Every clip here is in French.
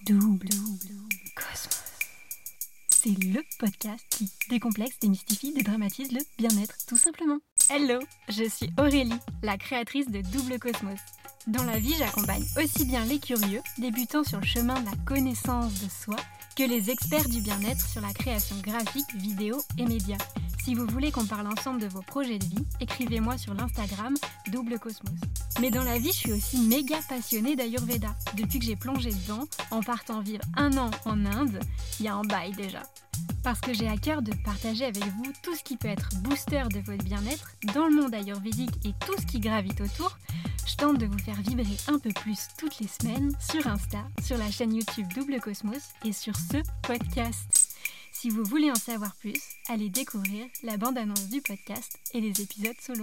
Double Cosmos. C'est le podcast qui décomplexe, démystifie, dédramatise le bien-être, tout simplement. Hello, je suis Aurélie, la créatrice de Double Cosmos. Dans la vie, j'accompagne aussi bien les curieux, débutant sur le chemin de la connaissance de soi, que les experts du bien-être sur la création graphique, vidéo et médias. Si vous voulez qu'on parle ensemble de vos projets de vie, écrivez-moi sur l'Instagram Double Cosmos. Mais dans la vie, je suis aussi méga passionnée d'Ayurveda. Depuis que j'ai plongé dedans, en partant vivre 1 an en Inde, il y a un bail déjà. Parce que j'ai à cœur de partager avec vous tout ce qui peut être booster de votre bien-être dans le monde ayurvédique et tout ce qui gravite autour, je tente de vous faire vibrer un peu plus toutes les semaines sur Insta, sur la chaîne YouTube Double Cosmos et sur ce podcast. Si vous voulez en savoir plus, allez découvrir la bande-annonce du podcast et les épisodes solo.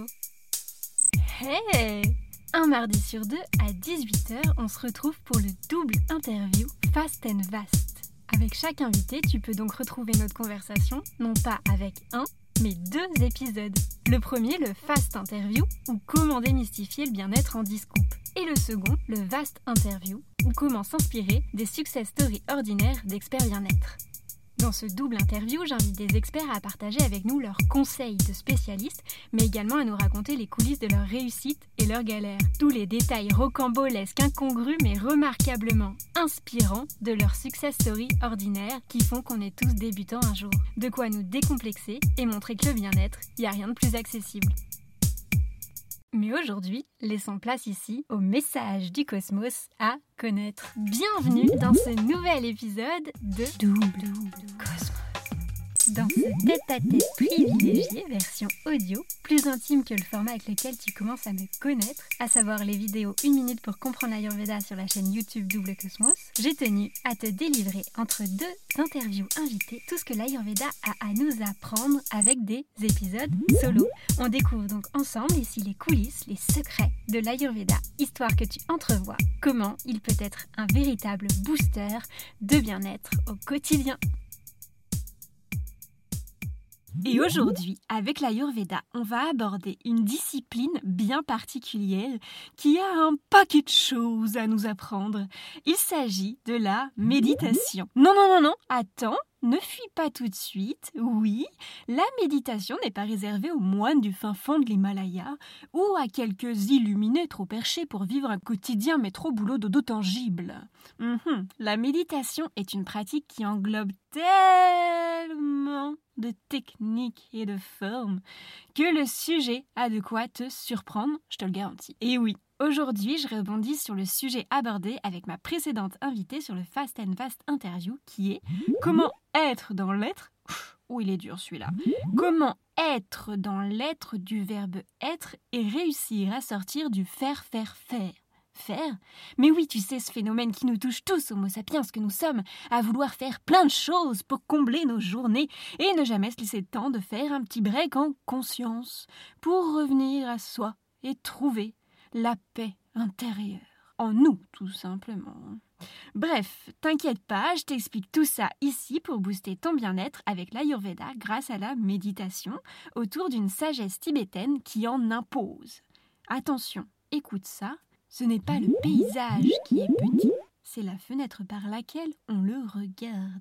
Hey! Un mardi sur 2 à 18h, on se retrouve pour le double interview Fast and Vast. Avec chaque invité, tu peux donc retrouver notre conversation, non pas avec un, mais 2 épisodes. Le premier, le Fast Interview, ou comment démystifier le bien-être en 10 scoops. Et le second, le Vast Interview, ou comment s'inspirer des success stories ordinaires d'experts bien-être. Dans ce double interview, j'invite des experts à partager avec nous leurs conseils de spécialistes, mais également à nous raconter les coulisses de leur réussite et leurs galères. Tous les détails rocambolesques, incongrus, mais remarquablement inspirants de leurs success stories ordinaires qui font qu'on est tous débutants un jour. De quoi nous décomplexer et montrer que le bien-être, il n'y a rien de plus accessible. Mais aujourd'hui, laissons place ici au message du cosmos à connaître. Bienvenue dans ce nouvel épisode de Double Cosmos. Dans ce tête-à-tête privilégié, version audio, plus intime que le format avec lequel tu commences à me connaître, à savoir les vidéos 1 minute pour comprendre l'Ayurveda sur la chaîne YouTube Double Cosmos, j'ai tenu à te délivrer entre 2 interviews invitées tout ce que l'Ayurveda a à nous apprendre avec des épisodes solo. On découvre donc ensemble ici les coulisses, les secrets de l'Ayurveda, histoire que tu entrevois comment il peut être un véritable booster de bien-être au quotidien. Et aujourd'hui, avec l'Ayurveda, on va aborder une discipline bien particulière qui a un paquet de choses à nous apprendre. Il s'agit de la méditation. Non, attends, ne fuis pas tout de suite. Oui, la méditation n'est pas réservée aux moines du fin fond de l'Himalaya ou à quelques illuminés trop perchés pour vivre un quotidien mais trop boulot dodo tangible. La méditation est une pratique qui englobe tellement de techniques et de formes que le sujet a de quoi te surprendre, je te le garantis. Et oui, aujourd'hui, je rebondis sur le sujet abordé avec ma précédente invitée sur le Fast and Vast Interview qui est comment être dans l'être. Oh, il est dur celui-là. Comment être dans l'être du verbe être et réussir à sortir du faire. Faire? Mais oui, tu sais, ce phénomène qui nous touche tous, homo sapiens que nous sommes, à vouloir faire plein de choses pour combler nos journées et ne jamais se laisser le temps de faire un petit break en conscience pour revenir à soi et trouver la paix intérieure. En nous, tout simplement. Bref, t'inquiète pas, je t'explique tout ça ici pour booster ton bien-être avec l'Ayurveda grâce à la méditation autour d'une sagesse tibétaine qui en impose. Attention, écoute ça. Ce n'est pas le paysage qui est petit, c'est la fenêtre par laquelle on le regarde.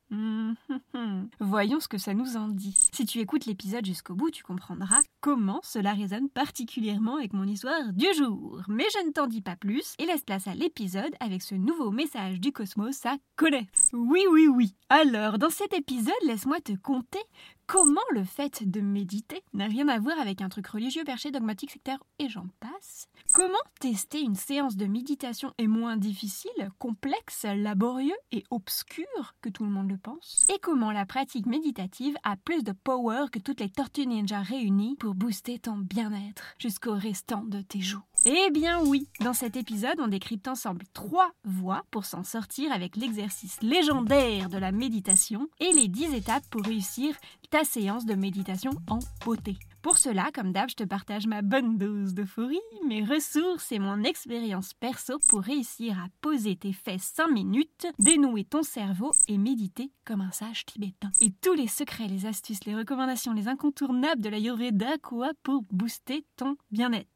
Voyons ce que ça nous en dit. Si tu écoutes l'épisode jusqu'au bout, tu comprendras comment cela résonne particulièrement avec mon histoire du jour. Mais je ne t'en dis pas plus et laisse place à l'épisode avec ce nouveau message du cosmos à connaître. Oui. Alors, dans cet épisode, laisse-moi te conter comment le fait de méditer n'a rien à voir avec un truc religieux, perché, dogmatique, sectaire et j'en passe. Comment tester une séance de méditation est moins difficile, complexe, laborieux et obscur que tout le monde le pense. Et comment la pratique méditative a plus de power que toutes les tortues ninja réunies pour booster ton bien-être jusqu'au restant de tes jours. Eh bien oui, dans cet épisode, on décrypte ensemble 3 voies pour s'en sortir avec l'exercice légendaire de la méditation et les 10 étapes pour réussir ta séance de méditation en beauté. Pour cela, comme d'hab, je te partage ma bonne dose d'euphorie, mes ressources et mon expérience perso pour réussir à poser tes fesses 5 minutes, dénouer ton cerveau et méditer comme un sage tibétain. Et tous les secrets, les astuces, les recommandations, les incontournables de l'Ayurveda, quoi, pour booster ton bien-être.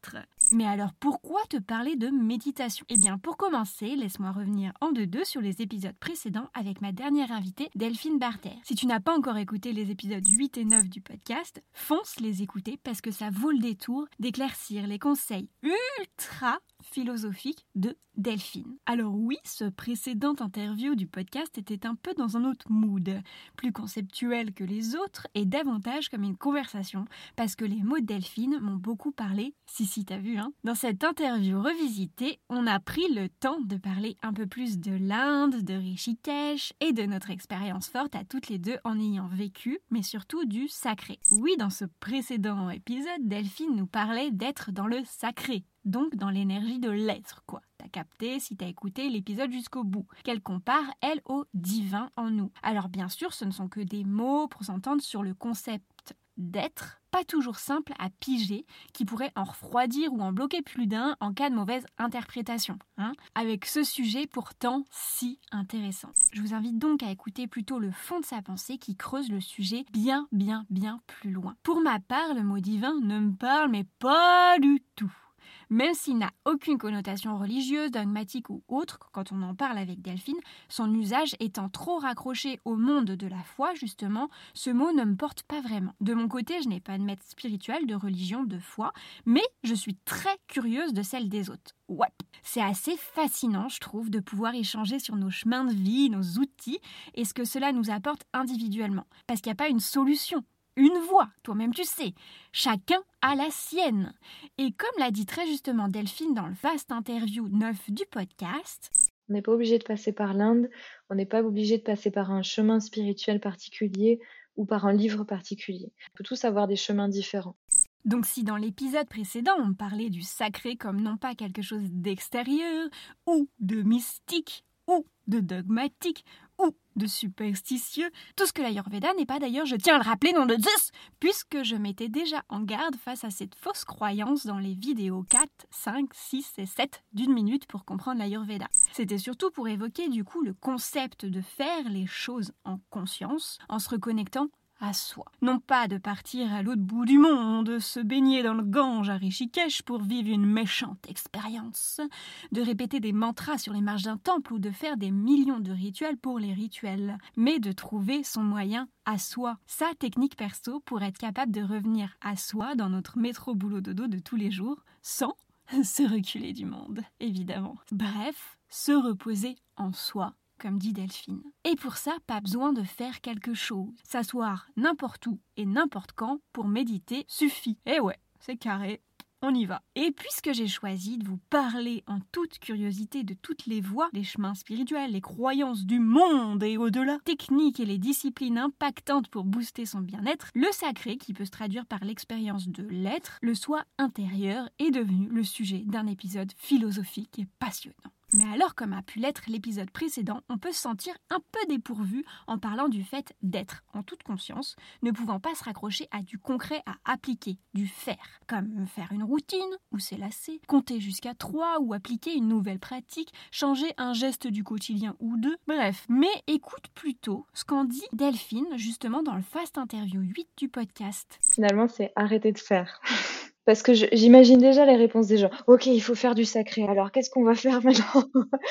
Mais alors pourquoi te parler de méditation ? Eh bien pour commencer, laisse-moi revenir en deux sur les épisodes précédents avec ma dernière invitée, Delphine Barter. Si tu n'as pas encore écouté les épisodes 8 et 9 du podcast, fonce les écouter parce que ça vaut le détour d'éclaircir les conseils ultra philosophique de Delphine. Alors oui, ce précédent interview du podcast était un peu dans un autre mood, plus conceptuel que les autres et davantage comme une conversation, parce que les mots de Delphine m'ont beaucoup parlé. Si, t'as vu, hein. Dans cette interview revisitée, on a pris le temps de parler un peu plus de l'Inde, de Rishikesh et de notre expérience forte à toutes les deux en ayant vécu, mais surtout du sacré. Oui, dans ce précédent épisode, Delphine nous parlait d'être dans le sacré. Donc dans l'énergie de l'être, quoi. T'as capté si t'as écouté l'épisode jusqu'au bout, qu'elle compare, elle, au divin en nous. Alors bien sûr, ce ne sont que des mots pour s'entendre sur le concept d'être, pas toujours simple à piger, qui pourrait en refroidir ou en bloquer plus d'un en cas de mauvaise interprétation. Avec ce sujet pourtant si intéressant. Je vous invite donc à écouter plutôt le fond de sa pensée qui creuse le sujet bien plus loin. Pour ma part, le mot divin ne me parle mais pas du tout. Même s'il n'a aucune connotation religieuse, dogmatique ou autre, quand on en parle avec Delphine, son usage étant trop raccroché au monde de la foi, justement, ce mot ne me porte pas vraiment. De mon côté, je n'ai pas de maître spirituel, de religion, de foi, mais je suis très curieuse de celle des autres. Ouais, c'est assez fascinant, je trouve, de pouvoir échanger sur nos chemins de vie, nos outils, et ce que cela nous apporte individuellement. Parce qu'il n'y a pas une solution. Une voix, toi-même tu sais, chacun a la sienne. Et comme l'a dit très justement Delphine dans le vaste interview 9 du podcast, on n'est pas obligé de passer par l'Inde, on n'est pas obligé de passer par un chemin spirituel particulier ou par un livre particulier. On peut tous avoir des chemins différents. Donc si dans l'épisode précédent on parlait du sacré comme non pas quelque chose d'extérieur, ou de mystique, ou de dogmatique, ou de superstitieux, tout ce que l'Ayurveda n'est pas d'ailleurs, je tiens à le rappeler, nom de Zeus, puisque je m'étais déjà en garde face à cette fausse croyance dans les vidéos 4, 5, 6 et 7 d'une minute pour comprendre l'Ayurveda. C'était surtout pour évoquer du coup le concept de faire les choses en conscience, en se reconnectant à soi. Non pas de partir à l'autre bout du monde, se baigner dans le Gange à Rishikesh pour vivre une méchante expérience, de répéter des mantras sur les marches d'un temple ou de faire des millions de rituels pour les rituels, mais de trouver son moyen à soi, sa technique perso pour être capable de revenir à soi dans notre métro-boulot-dodo de tous les jours, sans se reculer du monde, évidemment. Bref, se reposer en soi, comme dit Delphine. Et pour ça, pas besoin de faire quelque chose. S'asseoir n'importe où et n'importe quand pour méditer suffit. Et ouais, c'est carré. On y va. Et puisque j'ai choisi de vous parler en toute curiosité de toutes les voies, les chemins spirituels, les croyances du monde et au-delà, techniques et les disciplines impactantes pour booster son bien-être, le sacré, qui peut se traduire par l'expérience de l'être, le soi intérieur, est devenu le sujet d'un épisode philosophique et passionnant. Mais alors, comme a pu l'être l'épisode précédent, on peut se sentir un peu dépourvu en parlant du fait d'être en toute conscience, ne pouvant pas se raccrocher à du concret à appliquer, du faire, comme faire une routine ou s'élasser, compter jusqu'à 3 ou appliquer une nouvelle pratique, changer un geste du quotidien ou deux, bref. Mais écoute plutôt ce qu'en dit Delphine justement dans le Fast Interview 8 du podcast. Finalement, c'est arrêter de faire. Parce que j'imagine déjà les réponses des gens. Ok, il faut faire du sacré. Alors, qu'est-ce qu'on va faire maintenant ?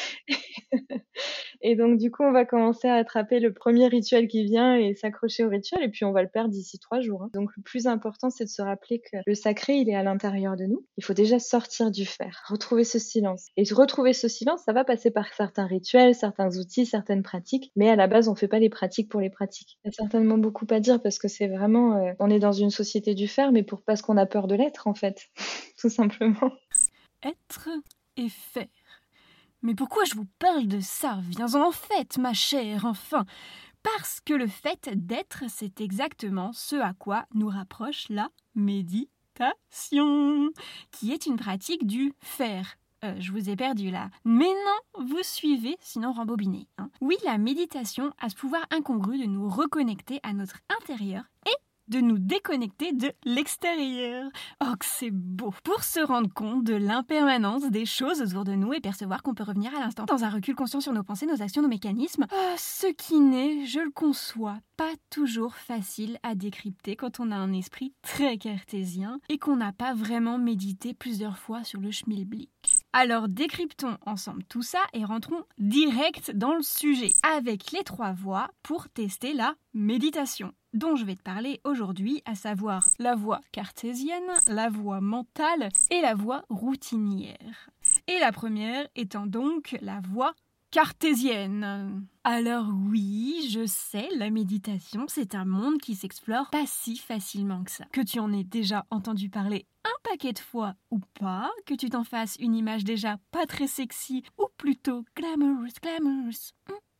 Et donc, du coup, on va commencer à attraper le premier rituel qui vient et s'accrocher au rituel. Et puis, on va le perdre d'ici 3 jours. Donc, le plus important, c'est de se rappeler que le sacré, il est à l'intérieur de nous. Il faut déjà sortir du faire, retrouver ce silence. Et retrouver ce silence, ça va passer par certains rituels, certains outils, certaines pratiques. Mais à la base, on fait pas les pratiques pour les pratiques. Il y a certainement beaucoup à dire parce que c'est vraiment... on est dans une société du faire, mais parce qu'on a peur de l'être, en fait. Tout simplement. Être et faire. Mais pourquoi je vous parle de ça ? Viens-en en fait, ma chère, enfin. Parce que le fait d'être, c'est exactement ce à quoi nous rapproche la méditation, qui est une pratique du faire. Je vous ai perdu là. Mais non, vous suivez, sinon rembobinez. Oui, la méditation a ce pouvoir incongru de nous reconnecter à notre intérieur et de nous déconnecter de l'extérieur. Oh, que c'est beau! Pour se rendre compte de l'impermanence des choses autour de nous et percevoir qu'on peut revenir à l'instant dans un recul conscient sur nos pensées, nos actions, nos mécanismes. Ce qui n'est, je le conçois, pas toujours facile à décrypter quand on a un esprit très cartésien et qu'on n'a pas vraiment médité plusieurs fois sur le schmilblick. Alors décryptons ensemble tout ça et rentrons direct dans le sujet avec les 3 voies pour tester la méditation dont je vais te parler aujourd'hui, à savoir la voie cartésienne, la voie mentale et la voie routinière. Et la première étant donc la voie cartésienne. Alors oui, je sais, la méditation, c'est un monde qui s'explore pas si facilement que ça. Que tu en aies déjà entendu parler un paquet de fois ou pas, que tu t'en fasses une image déjà pas très sexy ou plutôt glamorous.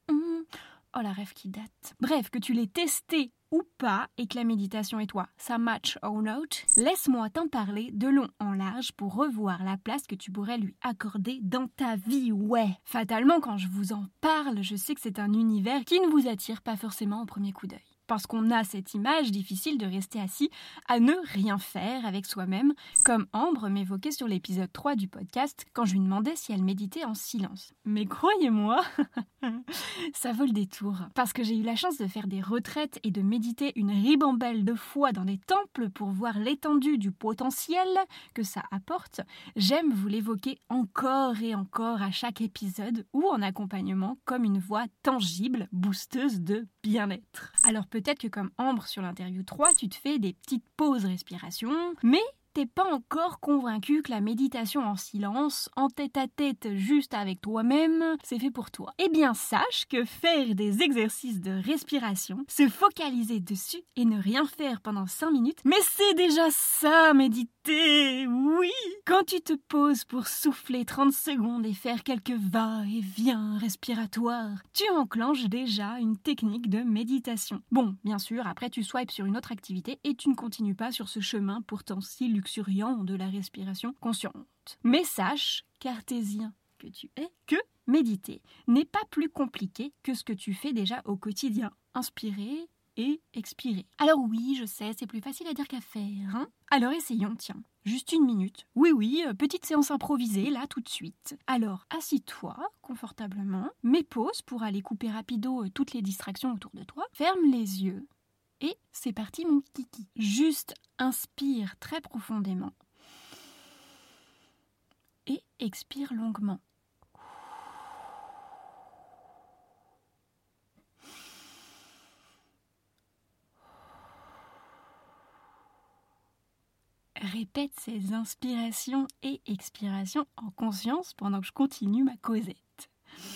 Oh la rêve qui date. Bref, que tu l'aies testé ou pas et que la méditation et toi, ça match or not, laisse-moi t'en parler de long en large pour revoir la place que tu pourrais lui accorder dans ta vie. Ouais, fatalement quand je vous en parle, je sais que c'est un univers qui ne vous attire pas forcément au premier coup d'œil. Parce qu'on a cette image difficile de rester assis à ne rien faire avec soi-même, comme Ambre m'évoquait sur l'épisode 3 du podcast quand je lui demandais si elle méditait en silence. Mais croyez-moi, ça vaut le détour. Parce que j'ai eu la chance de faire des retraites et de méditer une ribambelle de fois dans des temples pour voir l'étendue du potentiel que ça apporte, j'aime vous l'évoquer encore et encore à chaque épisode ou en accompagnement comme une voix tangible, boosteuse de bien-être. Alors peut-être que comme Ambre sur l'interview 3, tu te fais des petites pauses respiration, mais t'es pas encore convaincu que la méditation en silence, en tête-à-tête juste avec toi-même, c'est fait pour toi. Eh bien sache que faire des exercices de respiration, se focaliser dessus et ne rien faire pendant 5 minutes, mais c'est déjà ça, méditer, oui! Quand tu te poses pour souffler 30 secondes et faire quelques va-et-vient respiratoires, tu enclenches déjà une technique de méditation. Bon, bien sûr, après tu swipes sur une autre activité et tu ne continues pas sur ce chemin pourtant si luxuriant de la respiration consciente. Mais sache, cartésien que tu es, que méditer n'est pas plus compliqué que ce que tu fais déjà au quotidien. Inspirer et expirer. Alors oui, je sais, c'est plus facile à dire qu'à faire, hein ? Alors essayons, tiens. Juste 1 minute. Oui, petite séance improvisée, là, tout de suite. Alors, assis-toi confortablement, mets pause pour aller couper rapido toutes les distractions autour de toi. Ferme les yeux. Et c'est parti, mon kiki. Juste inspire très profondément. Et expire longuement. Répète ces inspirations et expirations en conscience pendant que je continue ma causette.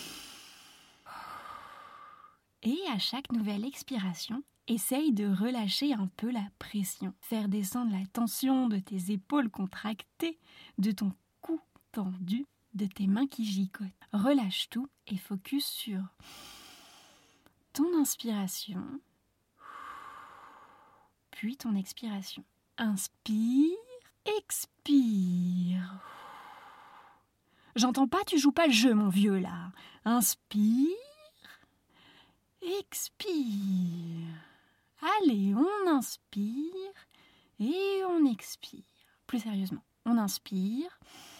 Et à chaque nouvelle expiration, essaye de relâcher un peu la pression. Faire descendre la tension de tes épaules contractées, de ton cou tendu, de tes mains qui gigotent. Relâche tout et focus sur ton inspiration, puis ton expiration. Inspire, expire. J'entends pas, tu joues pas le jeu, mon vieux, là. Inspire, expire. Allez, on inspire et on expire. Plus sérieusement, on inspire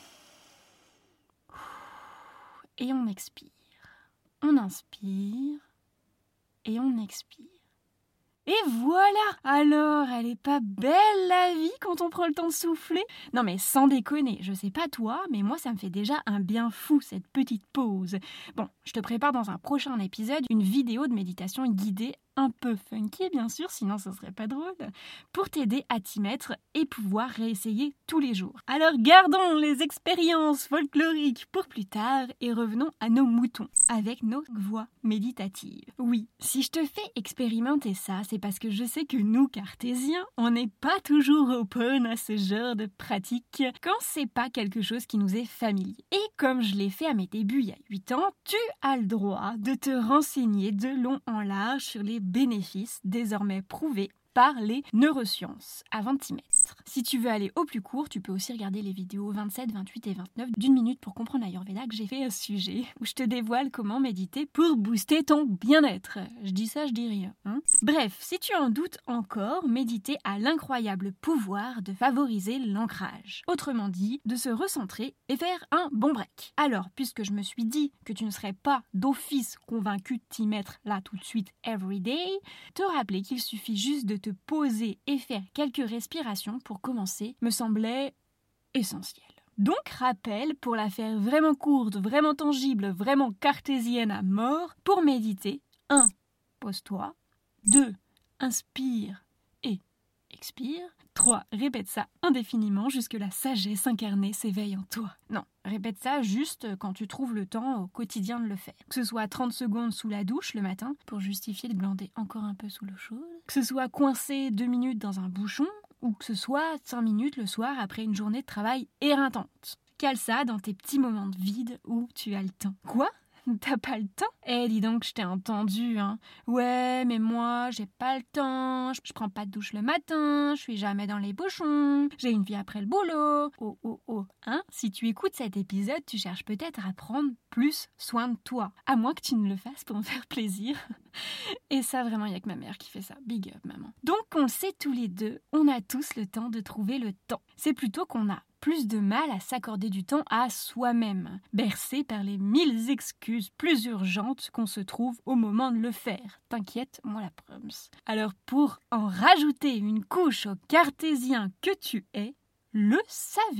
et on expire. On inspire et on expire. Et voilà! Alors, elle est pas belle la vie quand on prend le temps de souffler? Non mais sans déconner, je sais pas toi, mais moi ça me fait déjà un bien fou cette petite pause. Bon, je te prépare dans un prochain épisode une vidéo de méditation guidée un peu funky bien sûr, sinon ça serait pas drôle, pour t'aider à t'y mettre et pouvoir réessayer tous les jours. Alors gardons les expériences folkloriques pour plus tard et revenons à nos moutons avec nos voix méditatives. Oui, si je te fais expérimenter ça, c'est parce que je sais que nous, cartésiens, on n'est pas toujours open à ce genre de pratique quand c'est pas quelque chose qui nous est familier. Et comme je l'ai fait à mes débuts il y a 8 ans, tu as le droit de te renseigner de long en large sur les bénéfices désormais prouvés par les neurosciences avant de t'y mettre. Si tu veux aller au plus court, tu peux aussi regarder les vidéos 27, 28 et 29 d'1 minute pour comprendre l'Ayurveda que j'ai fait à ce sujet, où je te dévoile comment méditer pour booster ton bien-être. Je dis ça, je dis rien. Bref, si tu en doutes encore, méditer a l'incroyable pouvoir de favoriser l'ancrage. Autrement dit, de se recentrer et faire un bon break. Alors, puisque je me suis dit que tu ne serais pas d'office convaincu de t'y mettre là tout de suite every day, te rappeler qu'il suffit juste de te poser et faire quelques respirations pour commencer me semblait essentiel. Donc rappel, pour la faire vraiment courte, vraiment tangible, vraiment cartésienne à mort, pour méditer, 1. Pose-toi. 2. Inspire et expire. 3. Répète ça indéfiniment jusque la sagesse incarnée s'éveille en toi. Non, répète ça juste quand tu trouves le temps au quotidien de le faire. Que ce soit 30 secondes sous la douche le matin pour justifier de glander encore un peu sous l'eau chaude. Que ce soit coincé 2 minutes dans un bouchon. Ou que ce soit 5 minutes le soir après une journée de travail éreintante. Cale ça dans tes petits moments de vide où tu as le temps. Quoi ? T'as pas le temps ? Dis donc, je t'ai entendu, Ouais, mais moi, j'ai pas le temps, je prends pas de douche le matin, je suis jamais dans les bouchons, j'ai une vie après le boulot. Oh. Si tu écoutes cet épisode, tu cherches peut-être à prendre plus soin de toi. À moins que tu ne le fasses pour me faire plaisir. Et ça, vraiment, il n'y a que ma mère qui fait ça. Big up, maman. Donc, on le sait tous les deux, on a tous le temps de trouver le temps. C'est plutôt qu'on a plus de mal à s'accorder du temps à soi-même, bercé par les 1000 excuses plus urgentes qu'on se trouve au moment de le faire. T'inquiète, moi la promesse. Alors pour en rajouter une couche au cartésien que tu es, le savais-tu ?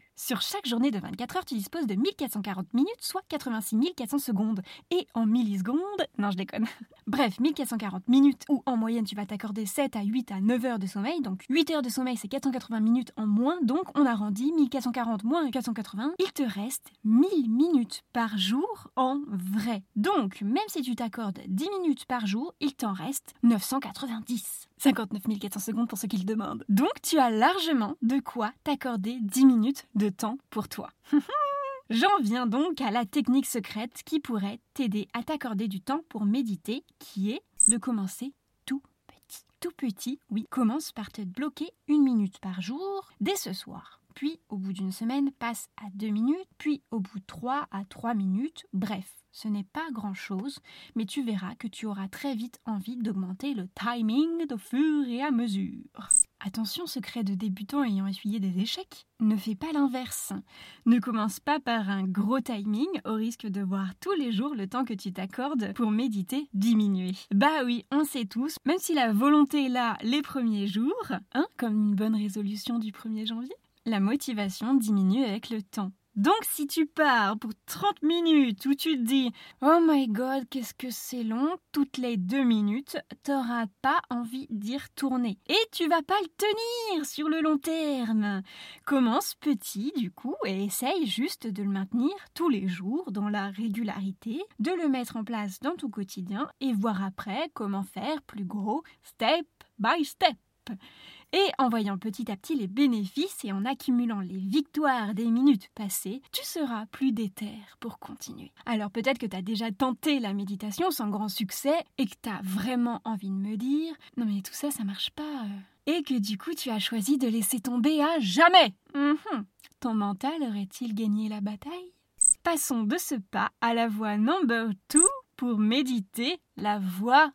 Sur chaque journée de 24 heures, tu disposes de 1440 minutes, soit 86 400 secondes. Et en millisecondes... Non, je déconne. Bref, 1440 minutes où en moyenne tu vas t'accorder 7 à 8 à 9 heures de sommeil. Donc 8 heures de sommeil, c'est 480 minutes en moins. Donc on arrondit 1440 moins 480. Il te reste 1000 minutes par jour en vrai. Donc même si tu t'accordes 10 minutes par jour, il t'en reste 990. 59 400 secondes pour ceux qui le demandent. Donc tu as largement de quoi t'accorder 10 minutes de temps pour toi. J'en viens donc à la technique secrète qui pourrait t'aider à t'accorder du temps pour méditer, qui est de commencer tout petit. Tout petit, oui, commence par te bloquer 1 minute par jour dès ce soir. Puis, au bout d'une semaine, passe à 2 minutes, puis au bout de 3 à 3 minutes. Bref, ce n'est pas grand-chose, mais tu verras que tu auras très vite envie d'augmenter le timing au fur et à mesure. Attention, secret de débutant ayant essuyé des échecs, ne fais pas l'inverse. Ne commence pas par un gros timing au risque de voir tous les jours le temps que tu t'accordes pour méditer diminuer. Bah oui, on sait tous, même si la volonté est là les premiers jours, comme une bonne résolution du 1er janvier, la motivation diminue avec le temps. Donc si tu pars pour 30 minutes où tu te dis « Oh my god, qu'est-ce que c'est long ?» toutes les 2 minutes, t'auras pas envie d'y retourner. Et tu vas pas le tenir sur le long terme. Commence petit du coup et essaye juste de le maintenir tous les jours dans la régularité, de le mettre en place dans ton quotidien et voir après comment faire plus gros step by step. Et en voyant petit à petit les bénéfices et en accumulant les victoires des minutes passées, tu seras plus déter pour continuer. Alors peut-être que tu as déjà tenté la méditation sans grand succès et que tu as vraiment envie de me dire « Non mais tout ça, ça marche pas ». Et que du coup tu as choisi de laisser tomber à jamais. Ton mental aurait-il gagné la bataille ? Passons de ce pas à la voie number 2 pour méditer, la voie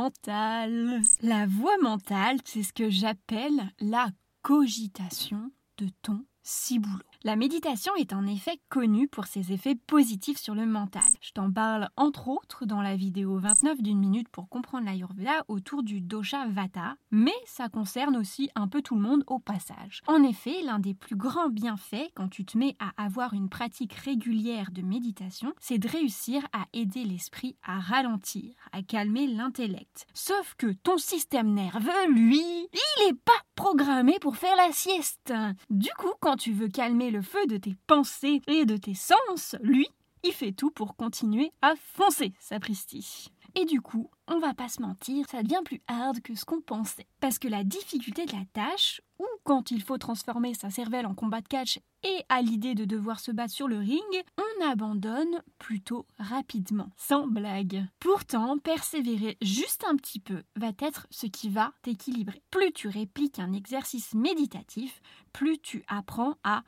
mentale. La voie mentale, c'est ce que j'appelle la cogitation de ton ciboulot. La méditation est en effet connue pour ses effets positifs sur le mental. Je t'en parle entre autres dans la vidéo 29 d'1 minute pour comprendre l'Ayurveda autour du dosha Vata, mais ça concerne aussi un peu tout le monde au passage. En effet, l'un des plus grands bienfaits quand tu te mets à avoir une pratique régulière de méditation, c'est de réussir à aider l'esprit à ralentir, à calmer l'intellect. Sauf que ton système nerveux, lui, il est pas programmé pour faire la sieste. Du coup, quand tu veux calmer le feu de tes pensées et de tes sens, lui, il fait tout pour continuer à foncer, sapristi. Et du coup, on va pas se mentir, ça devient plus hard que ce qu'on pensait. Parce que la difficulté de la tâche, ou quand il faut transformer sa cervelle en combat de catch et à l'idée de devoir se battre sur le ring, on abandonne plutôt rapidement, sans blague. Pourtant, persévérer juste un petit peu va être ce qui va t'équilibrer. Plus tu répliques un exercice méditatif, plus tu apprends à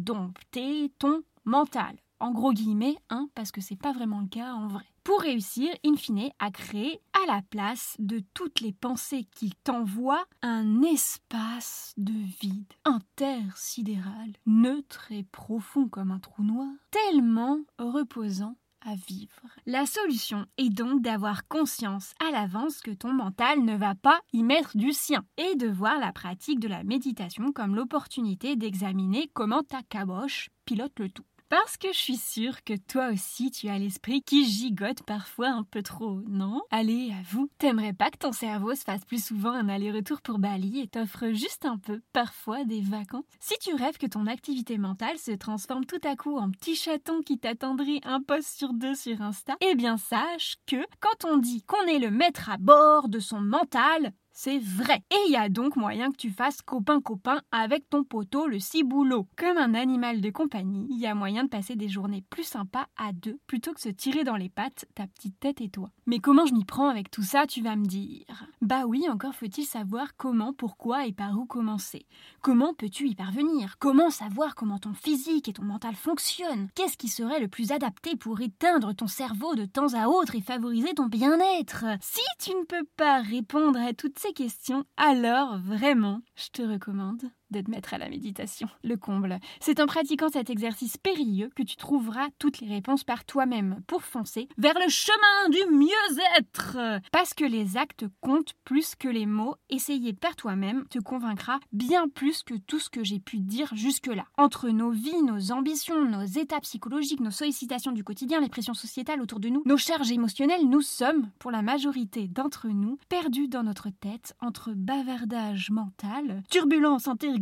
dompter ton mental. En gros guillemets, parce que c'est pas vraiment le cas en vrai. Pour réussir, in fine, à créer à la place de toutes les pensées qui t'envoient un espace de vide intersidéral, neutre et profond comme un trou noir, tellement reposant à vivre. La solution est donc d'avoir conscience à l'avance que ton mental ne va pas y mettre du sien et de voir la pratique de la méditation comme l'opportunité d'examiner comment ta caboche pilote le tout. Parce que je suis sûre que toi aussi tu as l'esprit qui gigote parfois un peu trop, non? Allez, avoue, t'aimerais pas que ton cerveau se fasse plus souvent un aller-retour pour Bali et t'offre juste un peu, parfois, des vacances? Si tu rêves que ton activité mentale se transforme tout à coup en petit chaton qui t'attendrit un post sur 2 sur Insta, eh bien sache que quand on dit qu'on est le maître à bord de son mental, c'est vrai. Et il y a donc moyen que tu fasses copain-copain avec ton poteau, le ciboulot. Comme un animal de compagnie, il y a moyen de passer des journées plus sympas à 2 plutôt que se tirer dans les pattes ta petite tête et toi. Mais comment je m'y prends avec tout ça, tu vas me dire? Bah oui, encore faut-il savoir comment, pourquoi et par où commencer. Comment peux-tu y parvenir? Comment savoir comment ton physique et ton mental fonctionnent? Qu'est-ce qui serait le plus adapté pour éteindre ton cerveau de temps à autre et favoriser ton bien-être? Si tu ne peux pas répondre à toutes ces questions, alors vraiment, je te recommande de te mettre à la méditation. Le comble. C'est en pratiquant cet exercice périlleux que tu trouveras toutes les réponses par toi-même pour foncer vers le chemin du mieux-être. Parce que les actes comptent plus que les mots, essayer par toi-même te convaincra bien plus que tout ce que j'ai pu dire jusque-là. Entre nos vies, nos ambitions, nos états psychologiques, nos sollicitations du quotidien, les pressions sociétales autour de nous, nos charges émotionnelles, nous sommes, pour la majorité d'entre nous, perdus dans notre tête entre bavardage mental, turbulence intergalactique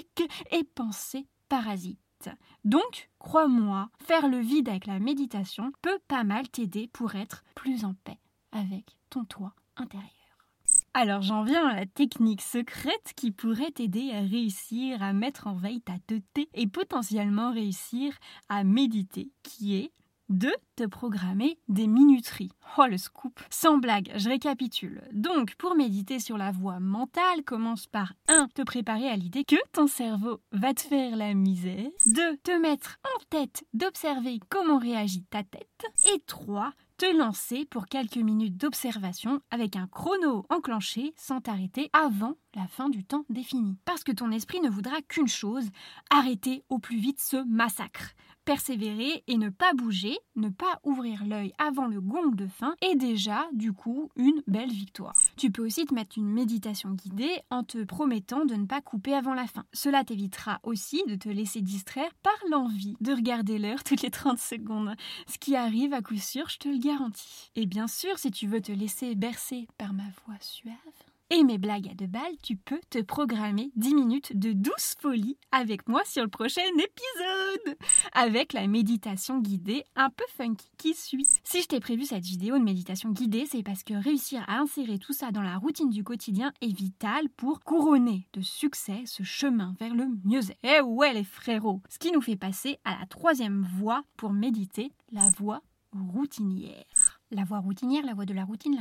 et pensée parasite. Donc, crois-moi, faire le vide avec la méditation peut pas mal t'aider pour être plus en paix avec ton toi intérieur. Alors j'en viens à la technique secrète qui pourrait t'aider à réussir à mettre en veille ta teuté et potentiellement réussir à méditer, qui est de te programmer des minuteries. Oh le scoop! Sans blague, je récapitule. Donc, pour méditer sur la voie mentale, commence par 1. Te préparer à l'idée que ton cerveau va te faire la misère. 2. Te mettre en tête d'observer comment réagit ta tête. Et 3. Te lancer pour quelques minutes d'observation avec un chrono enclenché sans t'arrêter avant la fin du temps défini. Parce que ton esprit ne voudra qu'une chose, arrêter au plus vite ce massacre. Persévérer et ne pas bouger, ne pas ouvrir l'œil avant le gong de fin est déjà, du coup, une belle victoire. Tu peux aussi te mettre une méditation guidée en te promettant de ne pas couper avant la fin. Cela t'évitera aussi de te laisser distraire par l'envie de regarder l'heure toutes les 30 secondes. Ce qui arrive à coup sûr, je te le garantis. Et bien sûr, si tu veux te laisser bercer par ma voix suave et mes blagues à 2 balles, tu peux te programmer 10 minutes de douce folie avec moi sur le prochain épisode, avec la méditation guidée un peu funky qui suit. Si je t'ai prévu cette vidéo de méditation guidée, c'est parce que réussir à insérer tout ça dans la routine du quotidien est vital pour couronner de succès ce chemin vers le mieux-être. Eh ouais les frérots! Ce qui nous fait passer à la 3e voie pour méditer, la voie routinière. La voie routinière, la voie de la routine,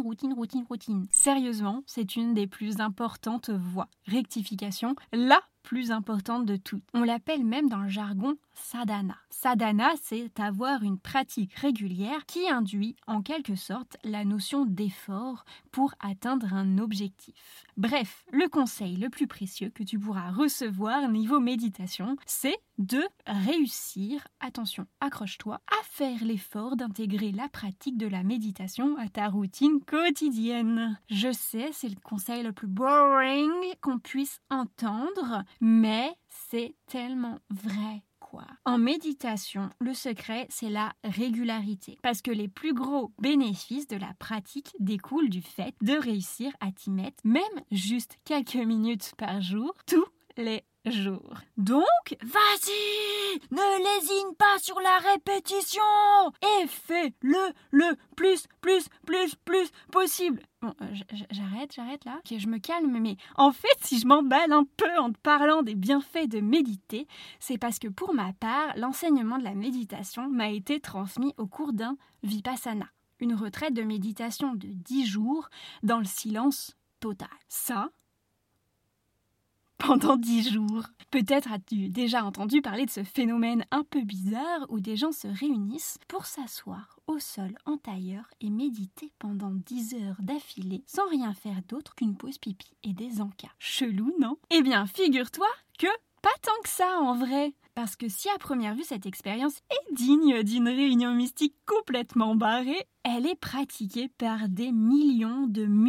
routine. Sérieusement, c'est une des plus importantes voies. Rectification, la plus importante de toutes. On l'appelle même dans le jargon sadhana. Sadhana, c'est avoir une pratique régulière qui induit en quelque sorte la notion d'effort pour atteindre un objectif. Bref, le conseil le plus précieux que tu pourras recevoir niveau méditation, c'est de réussir, attention, accroche-toi, à faire l'effort d'intégrer la pratique de la méditation à ta routine quotidienne. Je sais, c'est le conseil le plus boring qu'on puisse entendre, mais c'est tellement vrai. En méditation, le secret, c'est la régularité. Parce que les plus gros bénéfices de la pratique découlent du fait de réussir à t'y mettre, même juste quelques minutes par jour, tous les jours. Donc, vas-y, ne lésine pas sur la répétition et fais-le plus possible. Bon, j'arrête là. Ok, je me calme, mais en fait, si je m'emballe un peu en te parlant des bienfaits de méditer, c'est parce que pour ma part, l'enseignement de la méditation m'a été transmis au cours d'un Vipassana, une retraite de méditation de 10 jours dans le silence total. Ça, pendant 10 jours. Peut-être as-tu déjà entendu parler de ce phénomène un peu bizarre où des gens se réunissent pour s'asseoir au sol en tailleur et méditer pendant 10 heures d'affilée sans rien faire d'autre qu'une pause pipi et des encas. Chelou, non ? Eh bien, figure-toi que pas tant que ça en vrai. Parce que si à première vue cette expérience est digne d'une réunion mystique complètement barrée, elle est pratiquée par des millions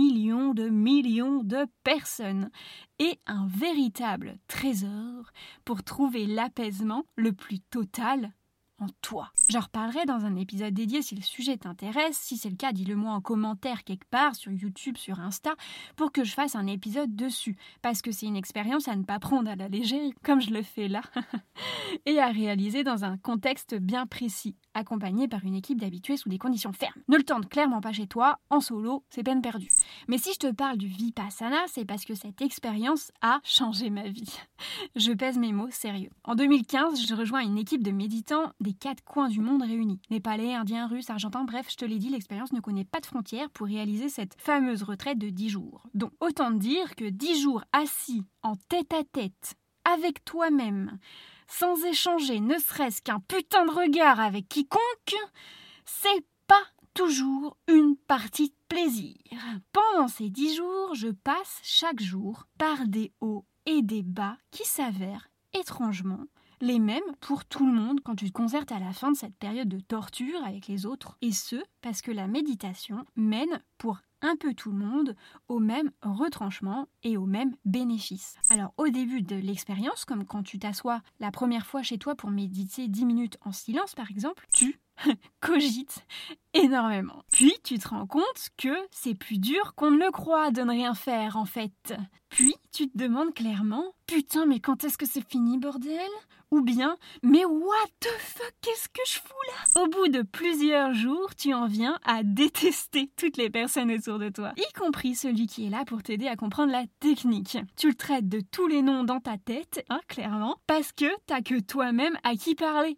de personnes et un véritable trésor pour trouver l'apaisement le plus total en toi. J'en reparlerai dans un épisode dédié si le sujet t'intéresse. Si c'est le cas, dis-le moi en commentaire quelque part sur YouTube, sur Insta, pour que je fasse un épisode dessus. Parce que c'est une expérience à ne pas prendre à la légère, comme je le fais là, et à réaliser dans un contexte bien précis, accompagné par une équipe d'habitués sous des conditions fermes. Ne le tente clairement pas chez toi, en solo, c'est peine perdue. Mais si je te parle du Vipassana, c'est parce que cette expérience a changé ma vie. Je pèse mes mots sérieux. En 2015, je rejoins une équipe de méditants des 4 coins du monde réunis. Népalais, Indiens, Russes, Argentins, bref, je te l'ai dit, l'expérience ne connaît pas de frontières pour réaliser cette fameuse retraite de 10 jours. Donc, autant dire que 10 jours assis en tête-à-tête avec toi-même, sans échanger ne serait-ce qu'un putain de regard avec quiconque, c'est pas toujours une partie de plaisir. Pendant ces 10 jours, je passe chaque jour par des hauts et des bas qui s'avèrent étrangement les mêmes pour tout le monde quand tu te concertes à la fin de cette période de torture avec les autres. Et ce, parce que la méditation mène pour un peu tout le monde au même retranchement et au même bénéfice. Alors au début de l'expérience, comme quand tu t'assois la première fois chez toi pour méditer 10 minutes en silence par exemple, tu cogites énormément. Puis tu te rends compte que c'est plus dur qu'on ne le croit de ne rien faire en fait. Puis tu te demandes clairement « Putain, mais quand est-ce que c'est fini, bordel ?» Ou bien « Mais what the fuck, qu'est-ce que je fous là ?» Au bout de plusieurs jours, tu en viens à détester toutes les personnes autour de toi, y compris celui qui est là pour t'aider à comprendre la technique. Tu le traites de tous les noms dans ta tête, clairement, parce que t'as que toi-même à qui parler.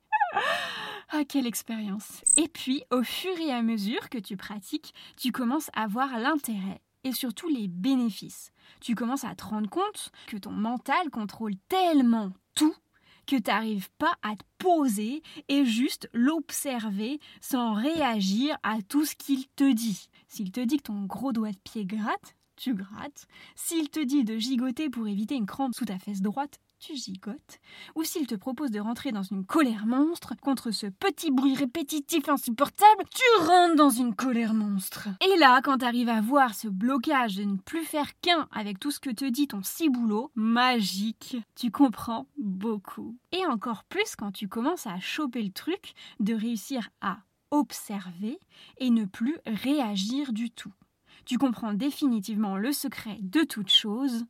Ah, quelle expérience! Et puis, au fur et à mesure que tu pratiques, tu commences à voir l'intérêt et surtout les bénéfices. Tu commences à te rendre compte que ton mental contrôle tellement tout que tu n'arrives pas à te poser et juste l'observer sans réagir à tout ce qu'il te dit. S'il te dit que ton gros doigt de pied gratte, tu grattes. S'il te dit de gigoter pour éviter une crampe sous ta fesse droite, tu gigotes. Ou s'il te propose de rentrer dans une colère monstre contre ce petit bruit répétitif insupportable, tu rentres dans une colère monstre. Et là, quand t'arrives à voir ce blocage de ne plus faire qu'un avec tout ce que te dit ton ciboulot, magique, tu comprends beaucoup. Et encore plus quand tu commences à choper le truc de réussir à observer et ne plus réagir du tout. Tu comprends définitivement le secret de toute chose,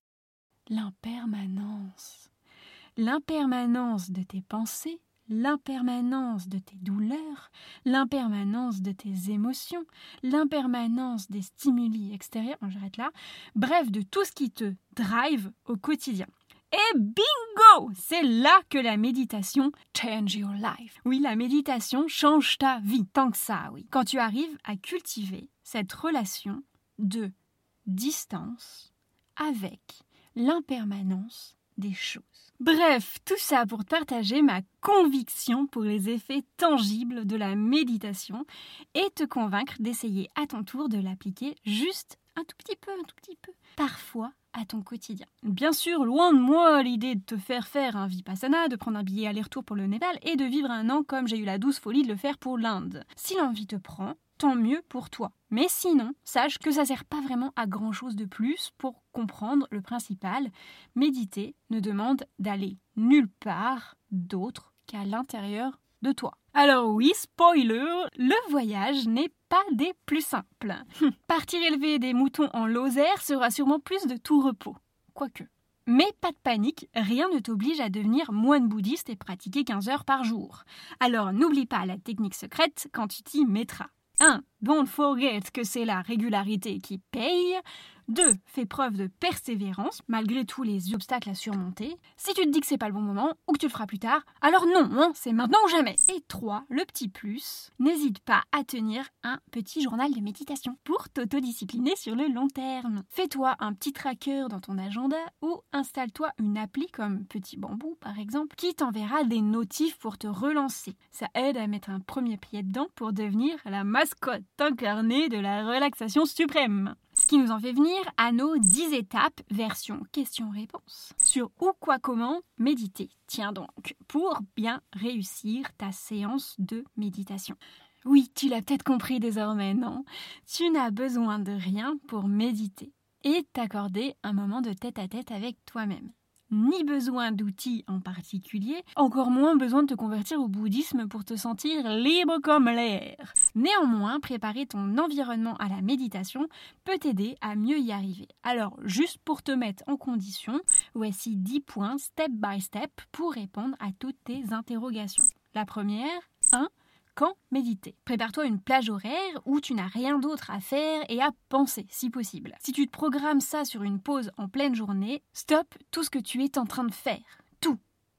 l'impermanence. L'impermanence de tes pensées, l'impermanence de tes douleurs, l'impermanence de tes émotions, l'impermanence des stimuli extérieurs, j'arrête là, bref, de tout ce qui te drive au quotidien. Et bingo! C'est là que la méditation change your life. Oui, la méditation change ta vie. Tant que ça, oui. Quand tu arrives à cultiver cette relation de distance avec l'impermanence des choses. Bref, tout ça pour te partager ma conviction pour les effets tangibles de la méditation et te convaincre d'essayer à ton tour de l'appliquer juste un tout petit peu, parfois à ton quotidien. Bien sûr, loin de moi l'idée de te faire un Vipassana, de prendre un billet aller-retour pour le Népal et de vivre un an comme j'ai eu la douce folie de le faire pour l'Inde. Si l'envie te prend, tant mieux pour toi. Mais sinon, sache que ça sert pas vraiment à grand chose de plus pour comprendre le principal. Méditer ne demande d'aller nulle part d'autre qu'à l'intérieur de toi. Alors oui, spoiler, le voyage n'est pas des plus simples. Partir élever des moutons en Lozère sera sûrement plus de tout repos. Quoique, Mais pas de panique, rien ne t'oblige à devenir moine bouddhiste et pratiquer 15 heures par jour. Alors n'oublie pas la technique secrète quand tu t'y mettras. 1. Don't forget que c'est la régularité qui paye. 2. Fais preuve de persévérance malgré tous les obstacles à surmonter. Si tu te dis que c'est pas le bon moment ou que tu le feras plus tard, alors non, c'est maintenant ou jamais. Et 3. Le petit plus, n'hésite pas à tenir un petit journal de méditation pour t'autodiscipliner sur le long terme. Fais-toi un petit tracker dans ton agenda ou installe-toi une appli comme Petit Bambou par exemple qui t'enverra des notifs pour te relancer. Ça aide à mettre un premier pied dedans pour devenir la mascotte incarnée de la relaxation suprême. Ce qui nous en fait venir à nos 10 étapes version question-réponse sur où, quoi, comment méditer. Tiens donc, pour bien réussir ta séance de méditation. Oui, tu l'as peut-être compris désormais, non ? Tu n'as besoin de rien pour méditer et t'accorder un moment de tête-à-tête avec toi-même. Ni besoin d'outils en particulier, encore moins besoin de te convertir au bouddhisme pour te sentir libre comme l'air. Néanmoins, préparer ton environnement à la méditation peut t'aider à mieux y arriver. Alors, juste pour te mettre en condition, voici 10 points step by step pour répondre à toutes tes interrogations. La première, 1. Quand méditer ? Prépare-toi une plage horaire où tu n'as rien d'autre à faire et à penser, si possible. Si tu te programmes ça sur une pause en pleine journée, stop tout ce que tu es en train de faire. Tout.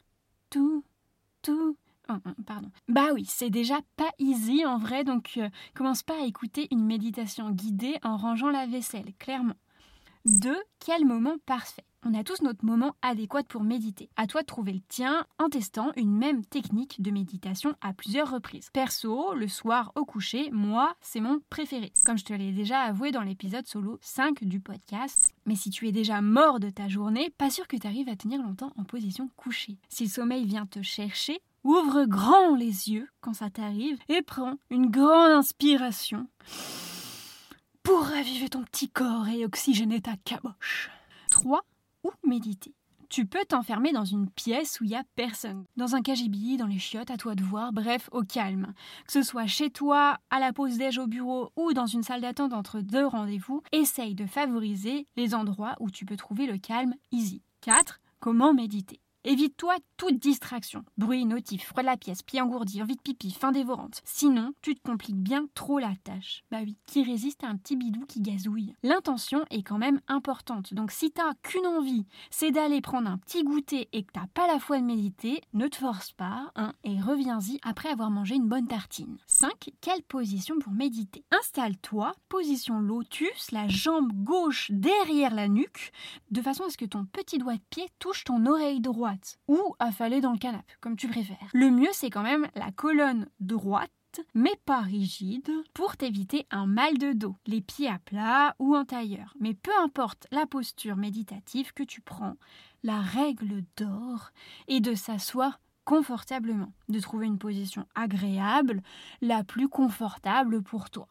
Pardon. Bah oui, c'est déjà pas easy en vrai, donc commence pas à écouter une méditation guidée en rangeant la vaisselle, clairement. 2. Quel moment parfait ? On a tous notre moment adéquat pour méditer. À toi de trouver le tien en testant une même technique de méditation à plusieurs reprises. Perso, le soir au coucher, moi, c'est mon préféré. Comme je te l'ai déjà avoué dans l'épisode solo 5 du podcast. Mais si tu es déjà mort de ta journée, pas sûr que tu arrives à tenir longtemps en position couchée. Si le sommeil vient te chercher, ouvre grand les yeux quand ça t'arrive et prends une grande inspiration pour raviver ton petit corps et oxygéner ta caboche. 3. Où méditer ? Tu peux t'enfermer dans une pièce où il n'y a personne. Dans un cagibi, dans les chiottes, à toi de voir, bref, au calme. Que ce soit chez toi, à la pause déj au bureau ou dans une salle d'attente entre 2 rendez-vous, essaye de favoriser les endroits où tu peux trouver le calme easy. 4. Comment méditer ? Évite-toi toute distraction. Bruit, notif, froid de la pièce, pied engourdi, envie de pipi, faim dévorante. Sinon, tu te compliques bien trop la tâche. Bah oui, qui résiste à un petit bidou qui gazouille. L'intention est quand même importante. Donc si t'as qu'une envie, c'est d'aller prendre un petit goûter et que t'as pas la foi de méditer, ne te force pas, et reviens-y après avoir mangé une bonne tartine. 5. Quelle position pour méditer ? Installe-toi, position lotus, la jambe gauche derrière la nuque, de façon à ce que ton petit doigt de pied touche ton oreille droite. Ou affalé dans le canapé, comme tu préfères. Le mieux, c'est quand même la colonne droite, mais pas rigide, pour t'éviter un mal de dos, les pieds à plat ou en tailleur. Mais peu importe la posture méditative que tu prends, la règle d'or est de s'asseoir confortablement, de trouver une position agréable, la plus confortable pour toi.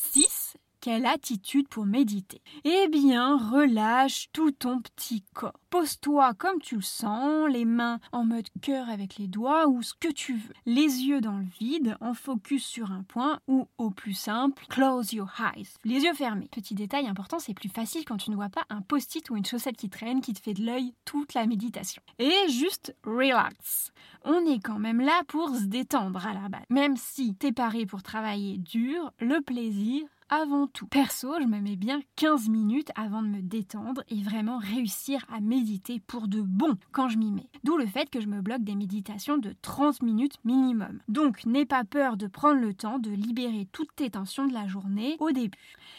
6. Quelle attitude pour méditer ? Eh bien, relâche tout ton petit corps. Pose-toi comme tu le sens, les mains en mode cœur avec les doigts ou ce que tu veux. Les yeux dans le vide, en focus sur un point ou, au plus simple, close your eyes. Les yeux fermés. Petit détail important, c'est plus facile quand tu ne vois pas un post-it ou une chaussette qui traîne qui te fait de l'œil toute la méditation. Et juste relax. On est quand même là pour se détendre à la base. Même si t'es paré pour travailler dur, le plaisir avant tout. Perso, je me mets bien 15 minutes avant de me détendre et vraiment réussir à méditer pour de bon quand je m'y mets. D'où le fait que je me bloque des méditations de 30 minutes minimum. Donc, n'aie pas peur de prendre le temps de libérer toutes tes tensions de la journée au début.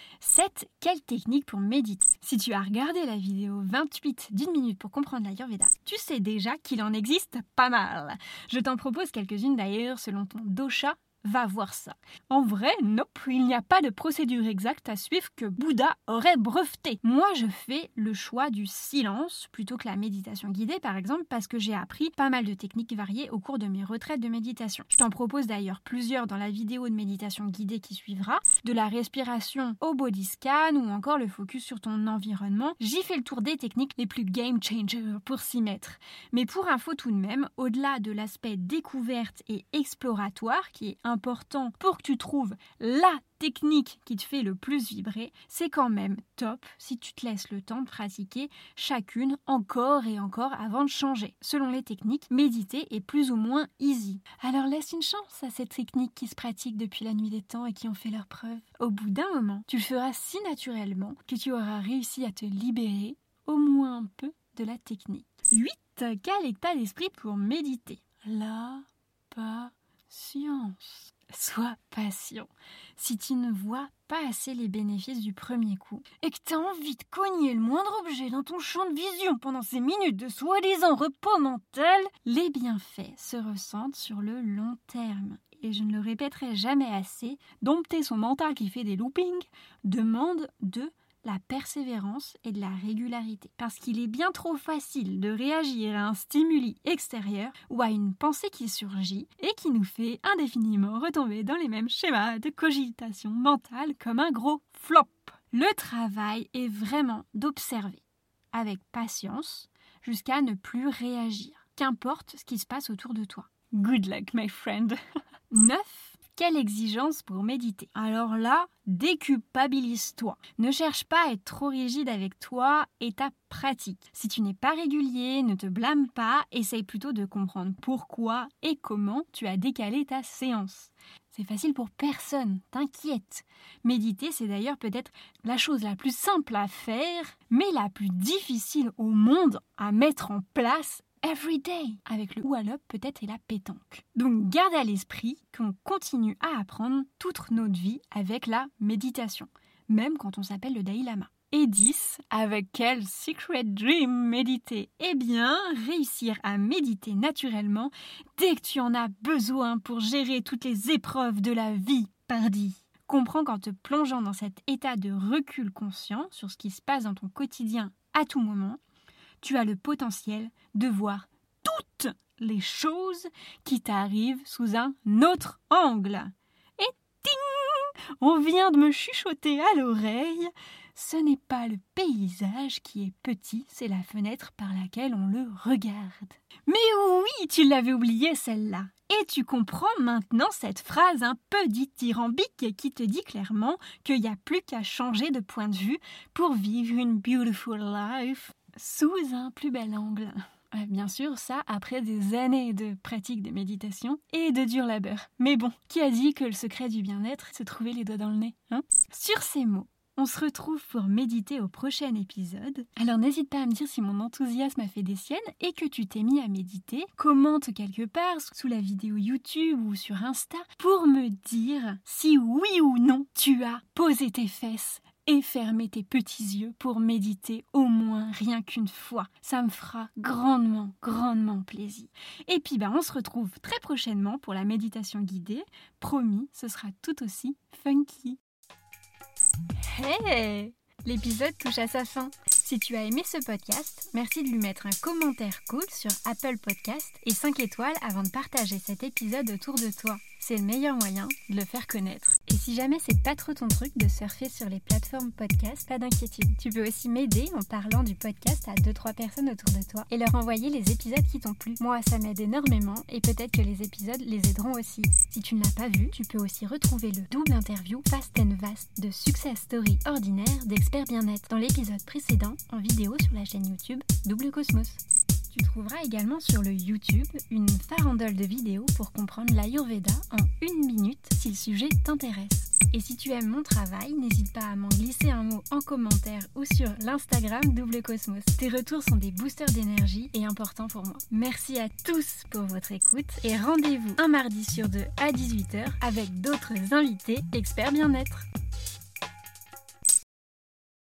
7. Quelle technique pour méditer ? Si tu as regardé la vidéo 28 d'1 minute pour comprendre l'Ayurveda, tu sais déjà qu'il en existe pas mal. Je t'en propose quelques-unes d'ailleurs selon ton dosha. Va voir ça. En vrai, nope, il n'y a pas de procédure exacte à suivre que Bouddha aurait breveté. Moi, je fais le choix du silence plutôt que la méditation guidée, par exemple, parce que j'ai appris pas mal de techniques variées au cours de mes retraites de méditation. Je t'en propose d'ailleurs plusieurs dans la vidéo de méditation guidée qui suivra, de la respiration au body scan ou encore le focus sur ton environnement. J'y fais le tour des techniques les plus game changer pour s'y mettre. Mais pour info tout de même, au-delà de l'aspect découverte et exploratoire qui est important pour que tu trouves la technique qui te fait le plus vibrer, c'est quand même top si tu te laisses le temps de pratiquer chacune encore et encore avant de changer. Selon les techniques, méditer est plus ou moins easy. Alors laisse une chance à ces techniques qui se pratiquent depuis la nuit des temps et qui ont fait leurs preuves. Au bout d'un moment, tu le feras si naturellement que tu auras réussi à te libérer au moins un peu de la technique. 8. Quel état d'esprit pour méditer? La patience. Sois patient. Si tu ne vois pas assez les bénéfices du premier coup et que tu as envie de cogner le moindre objet dans ton champ de vision pendant ces minutes de soi-disant repos mental, les bienfaits se ressentent sur le long terme. Et je ne le répéterai jamais assez, dompter son mental qui fait des loopings demande de la persévérance et de la régularité. Parce qu'il est bien trop facile de réagir à un stimuli extérieur ou à une pensée qui surgit et qui nous fait indéfiniment retomber dans les mêmes schémas de cogitation mentale comme un gros flop. Le travail est vraiment d'observer avec patience jusqu'à ne plus réagir, qu'importe ce qui se passe autour de toi. Good luck, my friend. 9. Quelle exigence pour méditer? Alors là, déculpabilise-toi. Ne cherche pas à être trop rigide avec toi et ta pratique. Si tu n'es pas régulier, ne te blâme pas, essaye plutôt de comprendre pourquoi et comment tu as décalé ta séance. C'est facile pour personne, t'inquiète. Méditer, c'est d'ailleurs peut-être la chose la plus simple à faire, mais la plus difficile au monde à mettre en place every day, avec le wallop peut-être et la pétanque. Donc garde à l'esprit qu'on continue à apprendre toute notre vie avec la méditation, même quand on s'appelle le Dalai Lama. Et 10, avec quel secret dream méditer? Eh bien, réussir à méditer naturellement dès que tu en as besoin pour gérer toutes les épreuves de la vie, pardi. Comprends qu'en te plongeant dans cet état de recul conscient sur ce qui se passe dans ton quotidien à tout moment, tu as le potentiel de voir toutes les choses qui t'arrivent sous un autre angle. Et ting! On vient de me chuchoter à l'oreille. Ce n'est pas le paysage qui est petit, c'est la fenêtre par laquelle on le regarde. Mais oui, tu l'avais oublié celle-là. Et tu comprends maintenant cette phrase un peu dithyrambique qui te dit clairement qu'il n'y a plus qu'à changer de point de vue pour vivre une beautiful life sous un plus bel angle. Bien sûr, ça après des années de pratique de méditation et de dur labeur. Mais bon, qui a dit que le secret du bien-être, c'est trouver les doigts dans le nez, hein? Sur ces mots, on se retrouve pour méditer au prochain épisode. Alors n'hésite pas à me dire si mon enthousiasme a fait des siennes et que tu t'es mis à méditer. Commente quelque part sous la vidéo YouTube ou sur Insta pour me dire si oui ou non tu as posé tes fesses et fermer tes petits yeux pour méditer au moins rien qu'une fois. Ça me fera grandement, grandement plaisir. Et puis on se retrouve très prochainement pour la méditation guidée. Promis, ce sera tout aussi funky. Hey! L'épisode touche à sa fin. Si tu as aimé ce podcast, merci de lui mettre un commentaire cool sur Apple Podcast et 5 étoiles avant de partager cet épisode autour de toi. C'est le meilleur moyen de le faire connaître. Et si jamais c'est pas trop ton truc de surfer sur les plateformes podcast, pas d'inquiétude. Tu peux aussi m'aider en parlant du podcast à 2-3 personnes autour de toi et leur envoyer les épisodes qui t'ont plu. Moi, ça m'aide énormément et peut-être que les épisodes les aideront aussi. Si tu ne l'as pas vu, tu peux aussi retrouver le double interview Fast and Vast de Success Story ordinaire d'Experts Bien-être dans l'épisode précédent en vidéo sur la chaîne YouTube Double Cosmos. Tu trouveras également sur le YouTube une farandole de vidéos pour comprendre l'Ayurveda en 1 minute si le sujet t'intéresse. Et si tu aimes mon travail, n'hésite pas à m'en glisser un mot en commentaire ou sur l'Instagram Double Cosmos. Tes retours sont des boosters d'énergie et importants pour moi. Merci à tous pour votre écoute et rendez-vous un mardi sur 2 à 18h avec d'autres invités experts bien-être.